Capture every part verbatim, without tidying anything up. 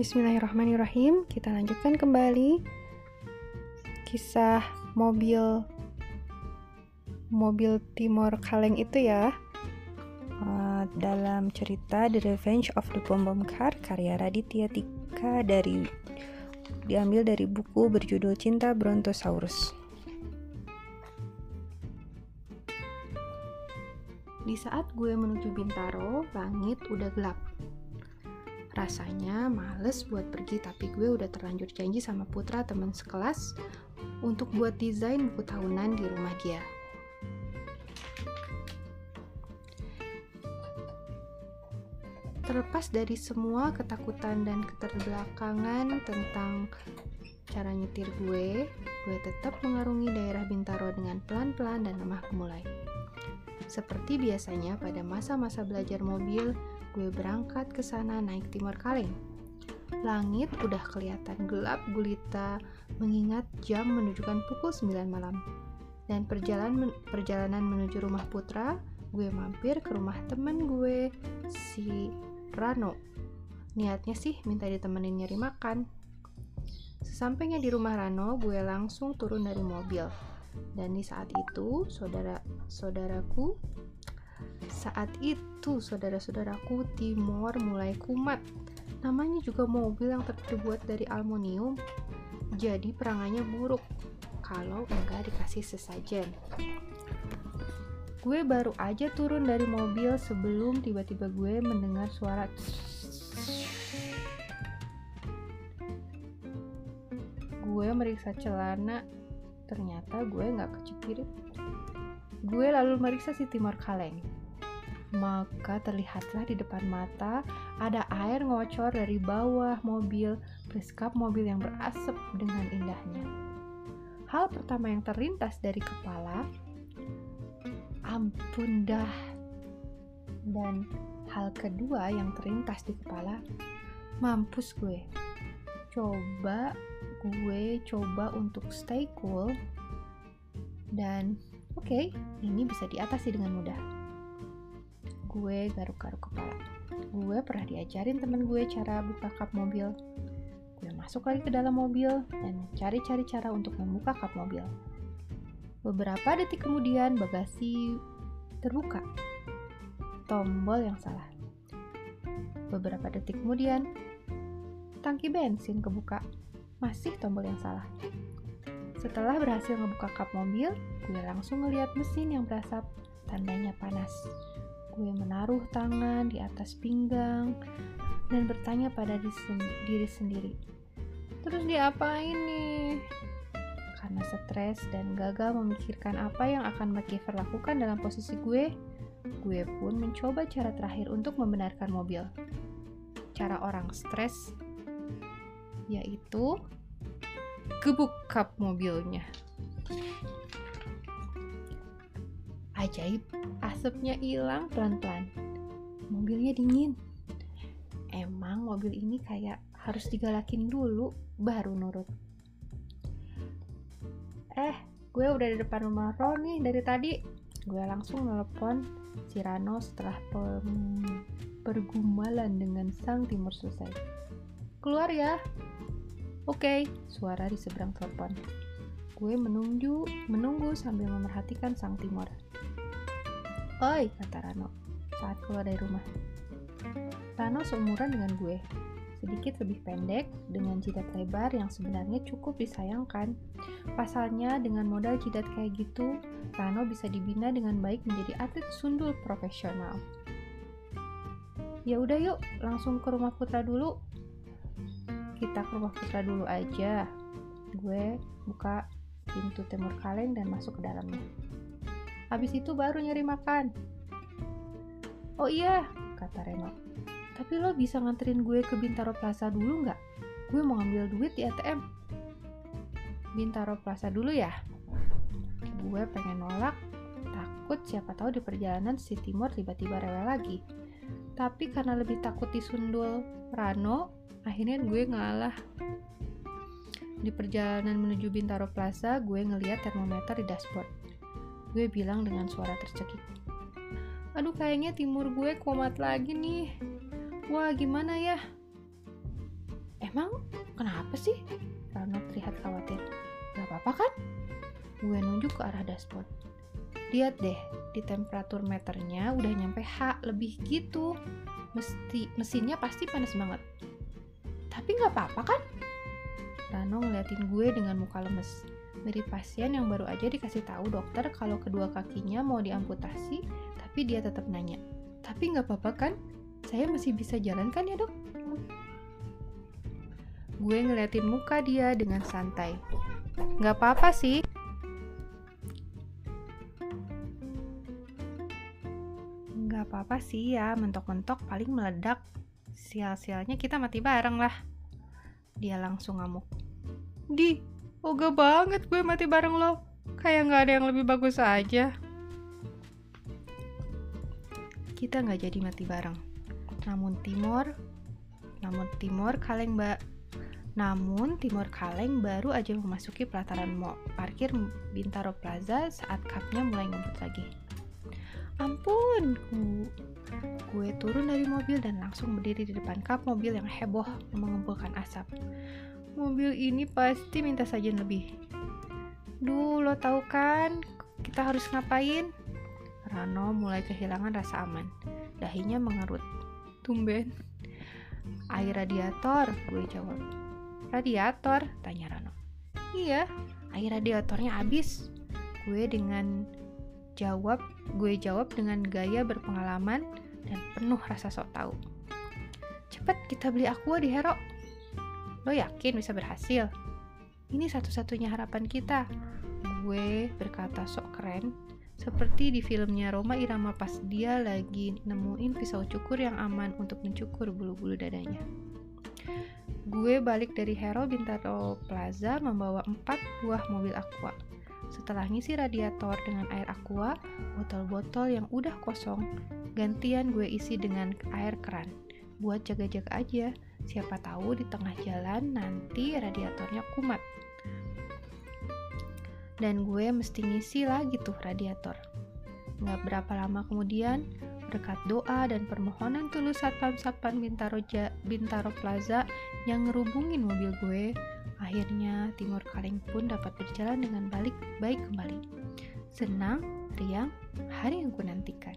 Bismillahirrahmanirrahim. Kita lanjutkan kembali kisah mobil mobil Timor Kaleng itu ya. Uh, dalam cerita The Revenge of the Bom Bom Car karya Raditya Dika dari diambil dari buku berjudul Cinta Brontosaurus. Di saat gue menuju Bintaro, langit udah gelap. Rasanya males buat pergi, tapi gue udah terlanjur janji sama Putra, teman sekelas, untuk buat desain buku tahunan di rumah dia. Terlepas dari semua ketakutan dan keterbelakangan tentang cara nyetir gue, gue tetap mengarungi daerah Bintaro dengan pelan-pelan dan lemah gemulai. Seperti biasanya pada masa-masa belajar mobil, gue berangkat ke sana naik Timor Kaleng. Langit udah kelihatan gelap gulita mengingat jam menunjukkan pukul sembilan malam. Dan perjalanan perjalanan menuju rumah Putra, gue mampir ke rumah teman gue si Rano. Niatnya sih minta ditemenin nyari makan. Sesampainya di rumah Rano, gue langsung turun dari mobil. Dan di saat itu, saudara-saudaraku Saat itu, saudara-saudaraku, Timor mulai kumat. Namanya juga mobil yang terbuat dari aluminium, jadi perangannya buruk kalau enggak dikasih sesajen. Gue baru aja turun dari mobil sebelum tiba-tiba gue mendengar suara Gue meriksa celana, ternyata gue gak kecepirit. Gue lalu meriksa si Timor Kaleng. Maka terlihatlah di depan mata ada air ngocor dari bawah mobil ke kap mobil yang berasap dengan indahnya. Hal pertama yang terlintas dari kepala, ampun dah. Dan hal kedua yang terlintas di kepala, mampus gue. Coba gue coba untuk stay cool dan oke, okay, ini bisa diatasi dengan mudah. Gue garuk-garuk kepala. Gue pernah diajarin temen gue cara buka kap mobil. Gue masuk lagi ke dalam mobil dan cari-cari cara untuk membuka kap mobil. Beberapa detik kemudian bagasi terbuka. Tombol yang salah. Beberapa detik kemudian tangki bensin kebuka. Masih tombol yang salah. Setelah berhasil ngebuka kap mobil, gue langsung ngeliat mesin yang berasap, tandanya panas. Gue menaruh tangan di atas pinggang dan bertanya pada diri sendiri, terus diapain nih? Karena stres dan gagal memikirkan apa yang akan MacGyver lakukan dalam posisi gue, gue pun mencoba cara terakhir untuk membenarkan mobil. Cara orang stres, yaitu gebuk kap mobilnya. Ajaib, asapnya hilang pelan-pelan. Mobilnya dingin. Emang mobil ini kayak harus digalakin dulu, baru nurut. Eh, gue udah di depan rumah Ron nih dari tadi. Gue langsung nelpon si Rano setelah pem- pergumalan dengan sang Timur selesai. Keluar ya. Oke, suara di seberang telepon. Gue menunggu, menunggu sambil memerhatikan sang Timor. Oi, kata Rano saat keluar dari rumah. Rano seumuran dengan gue, sedikit lebih pendek, dengan jidat lebar yang sebenarnya cukup disayangkan. Pasalnya, dengan modal jidat kayak gitu, Rano bisa dibina dengan baik menjadi atlet sundul profesional. Ya udah yuk, langsung ke rumah Putra dulu. Kita ke rumah Putra dulu aja. Gue buka pintu Timor Kaleng dan masuk ke dalamnya. Habis itu baru nyari makan. Oh iya, kata Reno. Tapi lo bisa nganterin gue ke Bintaro Plaza dulu nggak? Gue mau ngambil duit di A T M. Bintaro Plaza dulu ya? Gue pengen nolak, takut siapa tahu di perjalanan si Timor tiba-tiba rewel lagi. Tapi karena lebih takut disundul Rano, akhirnya gue ngalah. Di perjalanan menuju Bintaro Plaza, gue ngeliat termometer di dashboard. Gue bilang dengan suara tercekik, aduh kayaknya Timur gue kumat lagi nih. Wah gimana ya? Emang kenapa sih? Rano terlihat khawatir. Gak apa-apa kan? Gue nunjuk ke arah dashboard. Lihat deh, di temperatur meternya udah nyampe H lebih gitu. Mesti, mesinnya pasti panas banget. Tapi gak apa-apa kan? Rano ngeliatin gue dengan muka lemes. Mirip pasien yang baru aja dikasih tahu dokter kalau kedua kakinya mau diamputasi, tapi dia tetap nanya, tapi gak apa-apa kan? Saya masih bisa jalan kan ya dok? Gue ngeliatin muka dia dengan santai. Gak apa-apa sih. Gak apa-apa sih ya, mentok-mentok paling meledak. Sial-sialnya kita mati bareng lah. Dia langsung ngamuk. Di, oga banget gue mati bareng lo. Kayak gak ada yang lebih bagus aja. Kita gak jadi mati bareng. Namun Timur, namun Timur kaleng mbak. Namun Timur Kaleng baru aja memasuki pelataran mall parkir Bintaro Plaza saat kapnya mulai ngebut lagi. Ampun, gue, gue turun dari mobil dan langsung berdiri di depan kap mobil yang heboh mengumpulkan asap. Mobil ini pasti minta sajian lebih. Duh, lo tahu kan kita harus ngapain? Rano mulai kehilangan rasa aman. Dahinya mengerut. Tumben. Air radiator, gue jawab. Radiator? Tanya Rano. Iya, air radiatornya habis. Gue dengan jawab, gue jawab dengan gaya berpengalaman dan penuh rasa sok tahu. Cepet kita beli Aqua di Hero. Lo yakin bisa berhasil? Ini satu-satunya harapan kita. Gue berkata sok keren, seperti di filmnya Rhoma Irama pas dia lagi nemuin pisau cukur yang aman untuk mencukur bulu-bulu dadanya. Gue balik dari Hero Bintaro Plaza membawa empat buah mobil Aqua. Setelah ngisi radiator dengan air Aqua, botol-botol yang udah kosong gantian gue isi dengan air keran. Buat jaga-jaga aja, siapa tahu di tengah jalan nanti radiatornya kumat. Dan gue mesti ngisi lagi tuh radiator. Gak berapa lama kemudian, berkat doa dan permohonan tulus satpam-satpam Bintaro, ja, Bintaro Plaza yang ngerubungin mobil gue, akhirnya Timur Kaleng pun dapat berjalan dengan balik baik kembali. Senang, riang, hari yang kunantikan.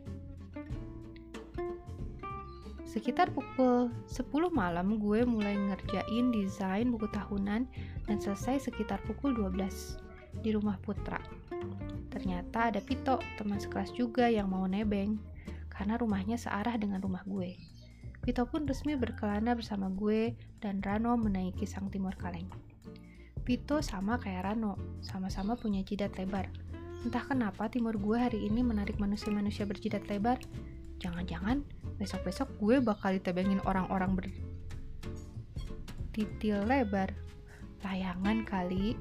Sekitar pukul sepuluh malam gue mulai ngerjain desain buku tahunan dan selesai sekitar pukul dua belas di rumah Putra. Ternyata ada Pito, teman sekelas juga yang mau nebeng, karena rumahnya searah dengan rumah gue. Pito pun resmi berkelana bersama gue dan Rano menaiki sang Timur Kaleng. Pito sama kayak Rano, sama-sama punya jidat lebar. Entah kenapa Timur gue hari ini menarik manusia-manusia berjidat lebar. Jangan-jangan besok-besok gue bakal ditebengin orang-orang bertitil lebar. Layangan kali.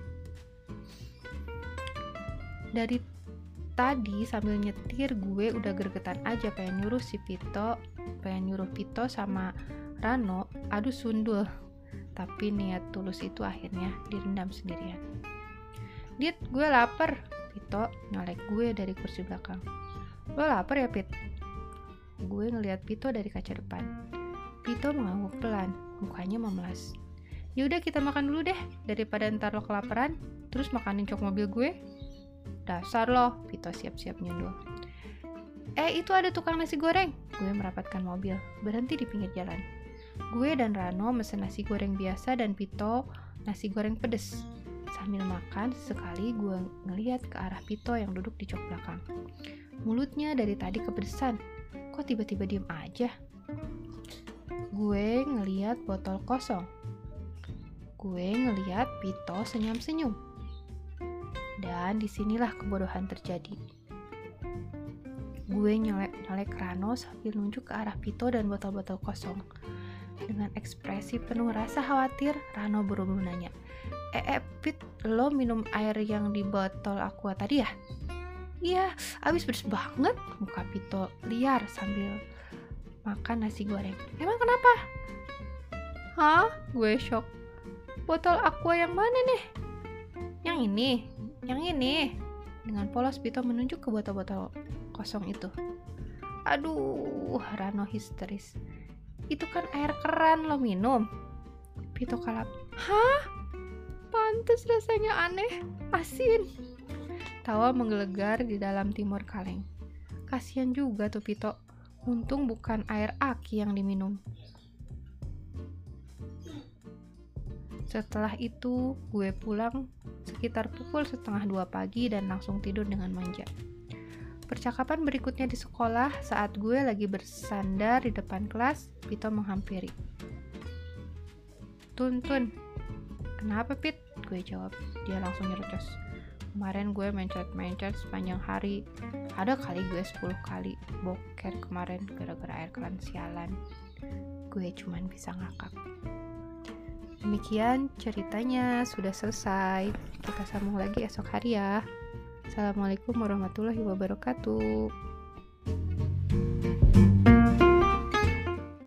Dari tadi sambil nyetir gue udah gregetan aja pengen nyuruh si Pito, pengen nyuruh Pito sama Rano adu sundul. Tapi niat tulus itu akhirnya direndam sendirian. Dit, gue lapar. Pito nyolek gue dari kursi belakang. Lo lapar ya, Pit? Gue ngeliat Pito dari kaca depan. Pito mengangguk pelan, mukanya memelas. Yaudah kita makan dulu deh, daripada ntar lo kelaparan, terus makanin cok mobil gue. Dasar lo, Pito siap-siap nyundul. Eh, itu ada tukang nasi goreng. Gue merapatkan mobil, berhenti di pinggir jalan. Gue dan Rano mesen nasi goreng biasa dan Pito nasi goreng pedes. Sambil makan, sekali gue ngeliat ke arah Pito yang duduk di jok belakang. Mulutnya dari tadi kepedesan. Kok tiba-tiba diem aja? Gue ngeliat botol kosong. Gue ngeliat Pito senyum-senyum. Dan disinilah kebodohan terjadi. Gue nyolek-nyolek Rano sambil nunjuk ke arah Pito dan botol-botol kosong. Dengan ekspresi penuh rasa khawatir, Rano buru-buru nanya, Eh, eh, Pit, lo minum air yang di botol Aqua tadi ya? Iya, abis pedes banget. Muka Pito liar sambil makan nasi goreng. Emang kenapa? Hah? Gue shock. Botol Aqua yang mana nih? Yang ini? Yang ini? Dengan polos Pito menunjuk ke botol-botol kosong itu. Aduh, Rano histeris. Itu kan air keran lo minum. Pito kalap. Hah? Pantes rasanya aneh, asin. Tawa menggelegar di dalam timur kaleng. Kasian juga tuh Pito. Untung bukan air aki yang diminum. Setelah itu, gue pulang sekitar pukul setengah dua pagi dan langsung tidur dengan manja. Percakapan berikutnya di sekolah saat gue lagi bersandar di depan kelas, Pito menghampiri. Tun, Tun, kenapa Pit? Gue jawab. Dia langsung nyerocos. Kemarin gue mencet-mencet sepanjang hari. Ada kali gue sepuluh kali boker kemarin gara-gara air keran sialan. Gue cuman bisa ngakak. Demikian ceritanya sudah selesai. Kita sambung lagi esok hari ya. Assalamualaikum warahmatullahi wabarakatuh.